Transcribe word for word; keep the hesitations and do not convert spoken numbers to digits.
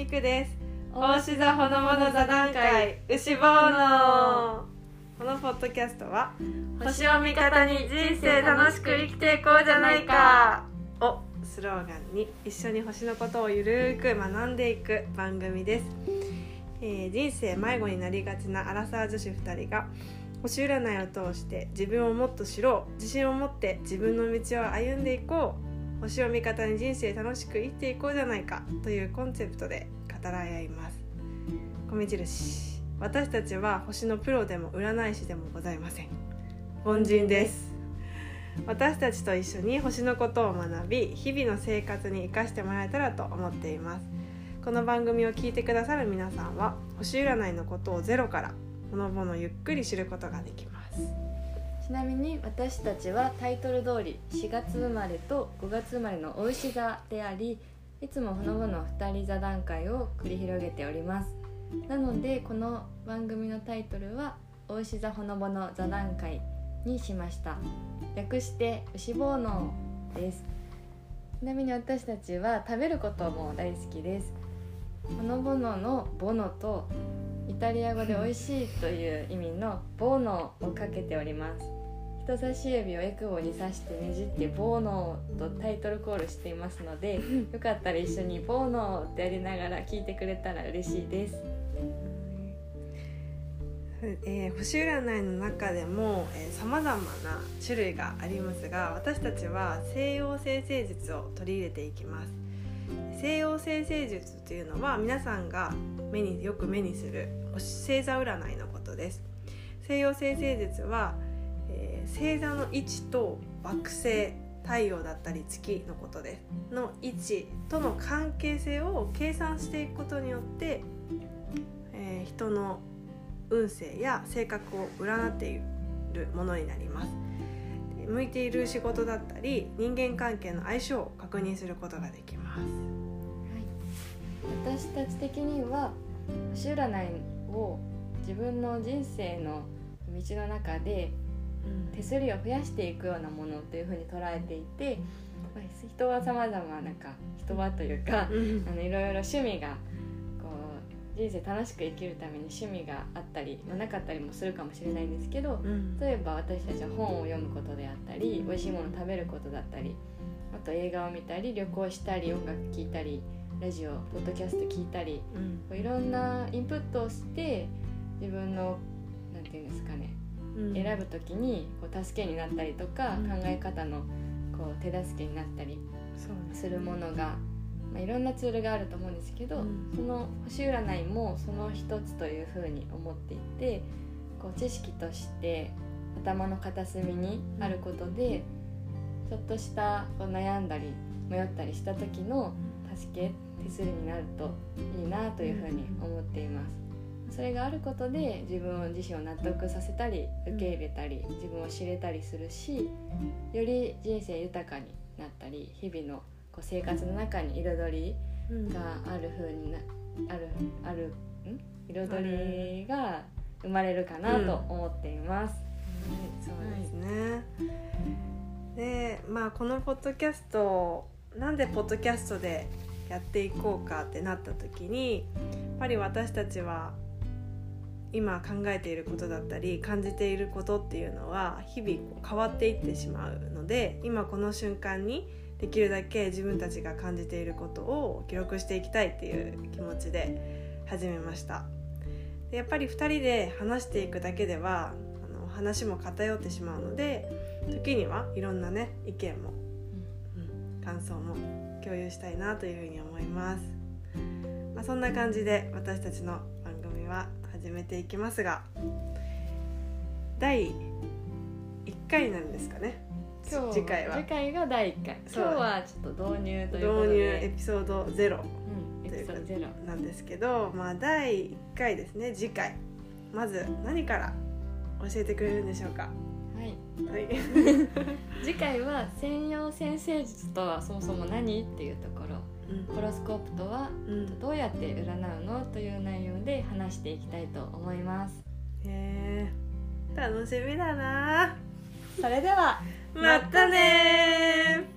ひくです。大志座ほのぼの座談会牛坊のこのポッドキャストは星を味方に人生楽しく生きていこうじゃないかをスローガンに一緒に星のことをゆるーく学んでいく番組です。えー、人生迷子になりがちなアラサー女子ふたりが星占いを通して自分をもっと知ろう、自信を持って自分の道を歩んでいこう、星を味方に人生楽しく生きていこうじゃないかというコンセプトで語らい合います。米印、私たちは星のプロでも占い師でもございません。凡人です。私たちと一緒に星のことを学び、日々の生活に生かしてもらえたらと思っています。この番組を聞いてくださる皆さんは星占いのことをゼロからほのぼのゆっくり知ることができます。 ちなみに私たちはタイトル通りしがつ生まれとごがつ生まれのお牛座であり、いつもほのぼのふたり座談会を繰り広げております。なのでこの番組のタイトルはお牛座ほのぼの座談会にしました。略して牛坊のです。ちなみに私たちは食べることも大好きです。ほのぼののボノとイタリア語で美味しいという意味のボーノをかけております。人差し指をエクボに刺してねじってボーノとタイトルコールしていますので、よかったら一緒にボーノってやりながら聞いてくれたら嬉しいです。 えー、星占いの中でもさまざまな種類がありますが、私たちは西洋占星術を取り入れていきます。西洋占星術というのは皆さんが目によく目にする星座占いのことです。西洋占星術は、えー、星座の位置と惑星、太陽だったり月のことですの位置との関係性を計算していくことによって、えー、人の運勢や性格を占っているものになります。向いている仕事だったり人間関係の相性を確認することができます。はい、 私たち的には星占いを自分の人生の道の中で手すりを増やしていくようなものというふうに捉えていて、人は様々なんか人はというか、うん、あのいろいろ趣味がこう人生楽しく生きるために趣味があったり、まあ、なかったりもするかもしれないんですけど、うん、例えば私たちは本を読むことであったり、美味しいものを食べることだったり、あと映画を見たり旅行したり音楽聴いたりラジオポッドキャスト聞いたり、うん、いろんなインプットをして自分のなんていうんですかね、うん、選ぶときにこう助けになったりとか、うん、考え方のこう手助けになったりするものが、まあ、いろんなツールがあると思うんですけど、うん、その星占いもその一つというふうに思っていて、こう知識として頭の片隅にあることで、ちょっとしたこう悩んだり迷ったりした時の助け手すりになるといいなというふうに思っています。それがあることで自分自身を納得させたり受け入れたり自分を知れたりするし、より人生豊かになったり日々のこう生活の中に彩りがある風になあるあるん彩りが生まれるかなと思っています。 うんうん、そうですね。はい、で、まあこのポッドキャストなんでポッドキャストでやっていこうかってなった時に、やっぱり私たちは今考えていることだったり感じていることっていうのは日々こう変わっていってしまうので、今この瞬間にできるだけ自分たちが感じていることを記録していきたいっていう気持ちで始めました。でやっぱりふたりで話していくだけではあの話も偏ってしまうので、時にはいろんなね意見も、うん、感想も共有したいなというふうに思います。まあ、そんな感じで私たちの番組は始めていきますが、だいいっかいになるんですかね。 今日次回は次回がだいいっかい。今日はちょっと導入ということで導入エピソードゼロ、 うん、エピソードゼロなんですけど、まあだいいっかいですね。次回まず何から教えてくれるんでしょうか。 はい、 はい、 次回は西洋占星術とはそもそも何っていうところ、うん、ホロスコープとは、うん、どうやって占うのという内容で話していきたいと思います。 へー、楽しみだな。 それではまたね。